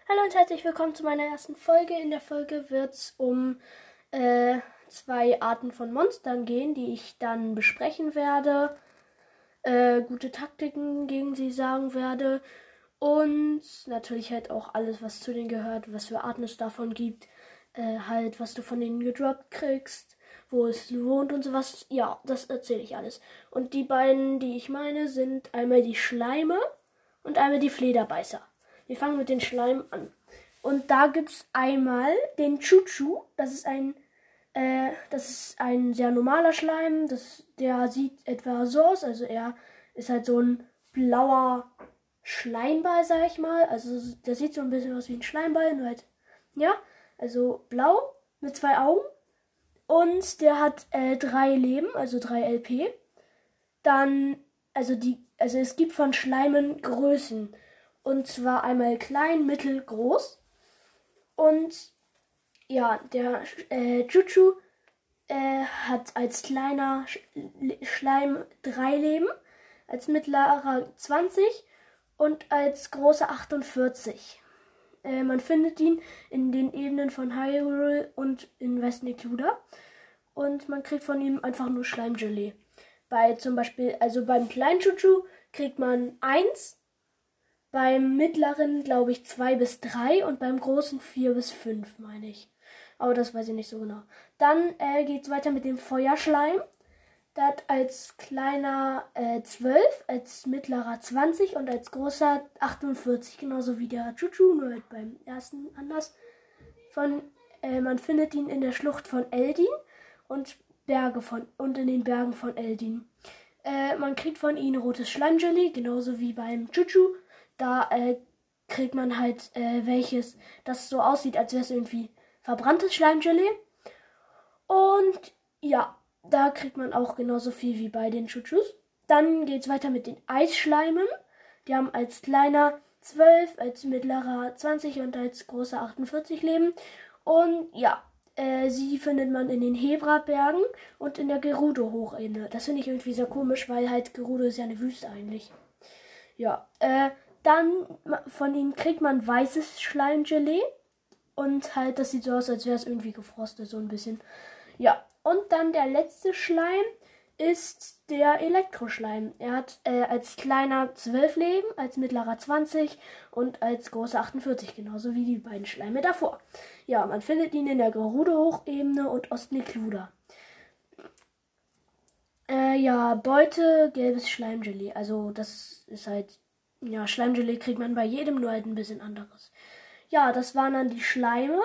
Hallo und herzlich willkommen zu meiner ersten Folge. In der Folge wird es um zwei Arten von Monstern gehen, die ich dann besprechen werde, gute Taktiken gegen sie sagen werde und natürlich halt auch alles, was zu denen gehört, was für Arten es davon gibt, halt was du von denen gedroppt kriegst, wo es wohnt und sowas. Ja, das erzähle ich alles. Und die beiden, die ich meine, sind einmal die Schleime und einmal die Flederbeißer. Wir fangen mit den Schleimen an. Und da gibt es einmal den Chuchu. Das ist ein sehr normaler Schleim. Der sieht etwa so aus. Also er ist halt so ein blauer Schleimball, sag ich mal. Also der sieht so ein bisschen aus wie ein Schleimball, nur halt, ja, also blau mit 2 Augen. Und der hat 3 Leben, also 3 LP. Dann, also es gibt von Schleimen Größen. Und zwar einmal klein, mittel, groß. Und ja, der Chuchu hat als kleiner Schleim 3 Leben, als mittlerer 20 und als großer 48. Man findet ihn in den Ebenen von Hyrule und in West Necluda. Und man kriegt von ihm einfach nur Schleimgelee. Zum Beispiel, also beim kleinen Chuchu kriegt man 1. Beim mittleren, glaube ich, 2 bis 3 und beim großen 4 bis 5, meine ich. Aber das weiß ich nicht so genau. Dann geht es weiter mit dem Feuerschleim. Der hat als kleiner 12, als mittlerer 20 und als großer 48. Genauso wie der Chuchu, nur halt beim ersten anders. Man findet ihn in der Schlucht von Eldin und in den Bergen von Eldin. Man kriegt von ihm rotes Schleimgelee, genauso wie beim Chuchu. Da kriegt man halt welches, das so aussieht, als wäre es irgendwie verbranntes Schleimgelee. Und ja, da kriegt man auch genauso viel wie bei den Chuchus. Dann geht es weiter mit den Eisschleimen. Die haben als kleiner 12, als mittlerer 20 und als großer 48 Leben. Und ja, sie findet man in den Hebra-Bergen und in der Gerudo-Hochebene. Das finde ich irgendwie sehr komisch, weil halt Gerudo ist ja eine Wüste eigentlich. Ja, dann von ihnen kriegt man weißes Schleimgelee. Und halt, das sieht so aus, als wäre es irgendwie gefrostet, so ein bisschen. Ja, und dann der letzte Schleim ist der Elektroschleim. Er hat als kleiner 12 Leben, als mittlerer 20 und als großer 48, genauso wie die beiden Schleime davor. Ja, man findet ihn in der Gerudo-Hochebene und Ostnecluda. Ja, Beute, gelbes Schleimgelee. Also das ist halt, ja, Schleimgelee kriegt man bei jedem, nur halt ein bisschen anderes. Ja, das waren dann die Schleime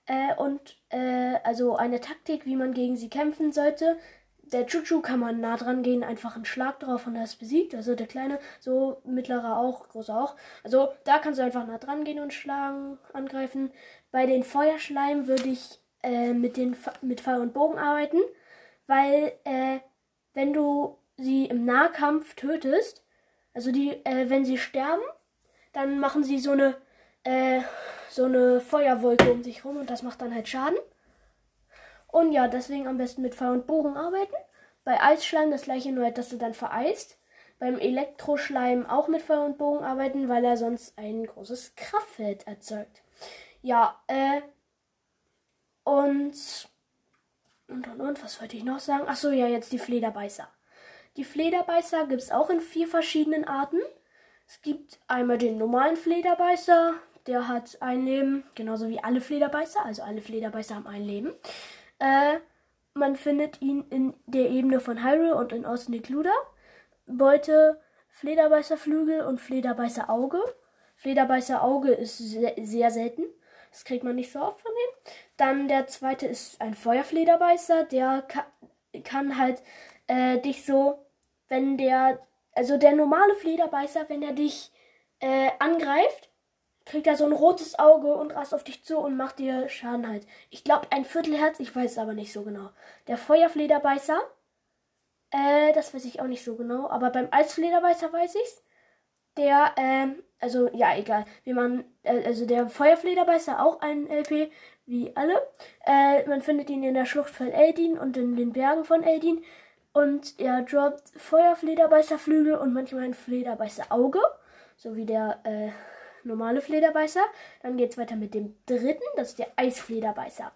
also eine Taktik, wie man gegen sie kämpfen sollte. Der Chuchu kann man nah dran gehen, einfach einen Schlag drauf und er ist besiegt. Also der kleine, so mittlerer auch, großer auch. Also da kannst du einfach nah dran gehen und schlagen, angreifen. Bei den Feuerschleimen würde ich mit Pfeil und Bogen arbeiten, weil wenn du sie im Nahkampf tötest, also wenn sie sterben, dann machen sie so eine Feuerwolke um sich rum und das macht dann halt Schaden. Und ja, deswegen am besten mit Pfeil und Bogen arbeiten. Bei Eisschleim das gleiche, nur halt, dass du dann vereist. Beim Elektroschleim auch mit Pfeil und Bogen arbeiten, weil er sonst ein großes Kraftfeld erzeugt. Ja, und, was wollte ich noch sagen? Achso, ja, jetzt die Flederbeißer. Die Flederbeißer gibt es auch in 4 verschiedenen Arten. Es gibt einmal den normalen Flederbeißer, der hat ein Leben, genauso wie alle Flederbeißer, also alle Flederbeißer haben ein Leben. Man findet ihn in der Ebene von Hyrule und in Ostnecluda. Beute, Flederbeißerflügel und Flederbeißerauge. Flederbeißerauge ist sehr, sehr selten. Das kriegt man nicht so oft von denen. Dann der zweite ist ein Feuerflederbeißer, der kann halt dich so, also der normale Flederbeißer, wenn er dich angreift, kriegt er so ein rotes Auge und rast auf dich zu und macht dir Schaden halt. Ich glaube ein Viertelherz, ich weiß es aber nicht so genau. Der Feuerflederbeißer, das weiß ich auch nicht so genau, aber beim Eisflederbeißer weiß ich's. Also ja, egal. Also der Feuerflederbeißer auch ein LP, wie alle. Man findet ihn in der Schlucht von Eldin und in den Bergen von Eldin. Und er droppt Feuerflederbeißerflügel und manchmal ein Flederbeißerauge, so wie der normale Flederbeißer. Dann geht es weiter mit dem dritten, das ist der Eisflederbeißer.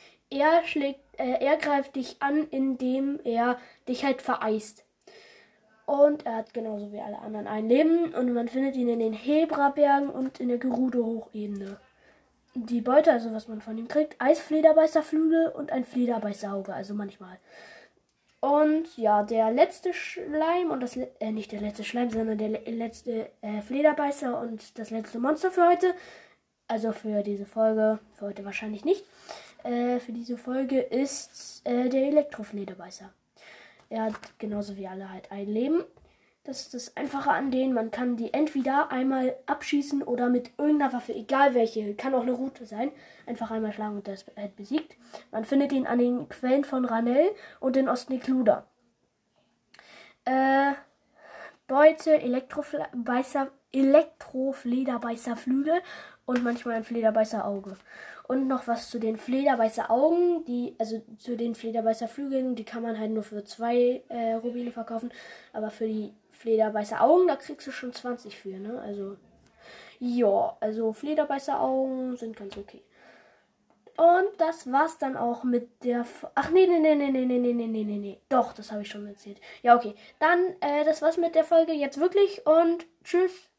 Er greift dich an, indem er dich halt vereist. Und er hat genauso wie alle anderen ein Leben und man findet ihn in den Hebrabergen und in der Gerudo-Hochebene. Die Beute, also was man von ihm kriegt, Eisflederbeißerflügel und ein Flederbeißerauge, also manchmal. Und ja, der letzte Schleim und nicht der letzte Schleim, sondern der letzte Flederbeißer und das letzte Monster für heute, also für diese Folge, für heute wahrscheinlich nicht, für diese Folge ist der Elektroflederbeißer. Er hat genauso wie alle halt ein Leben. Das ist das Einfache an denen. Man kann die entweder einmal abschießen oder mit irgendeiner Waffe, egal welche, kann auch eine Route sein, einfach einmal schlagen und das halt besiegt. Man findet ihn an den Quellen von Ranell und in Ostnekluda. Beute, Elektroflederbeißerflügel und manchmal ein Flederbeißerauge. Und noch was zu den Flederbeißeraugen, also zu den Flederbeißerflügeln, die kann man halt nur für 2 Rubine verkaufen. Aber für die Flederbeißeraugen, da kriegst du schon 20 für, ne? Also, ja, also Flederbeißeraugen sind ganz okay. Und das war's dann auch mit der... Nee. Doch, das habe ich schon erzählt. Ja, okay. Dann, das war's mit der Folge jetzt wirklich und tschüss.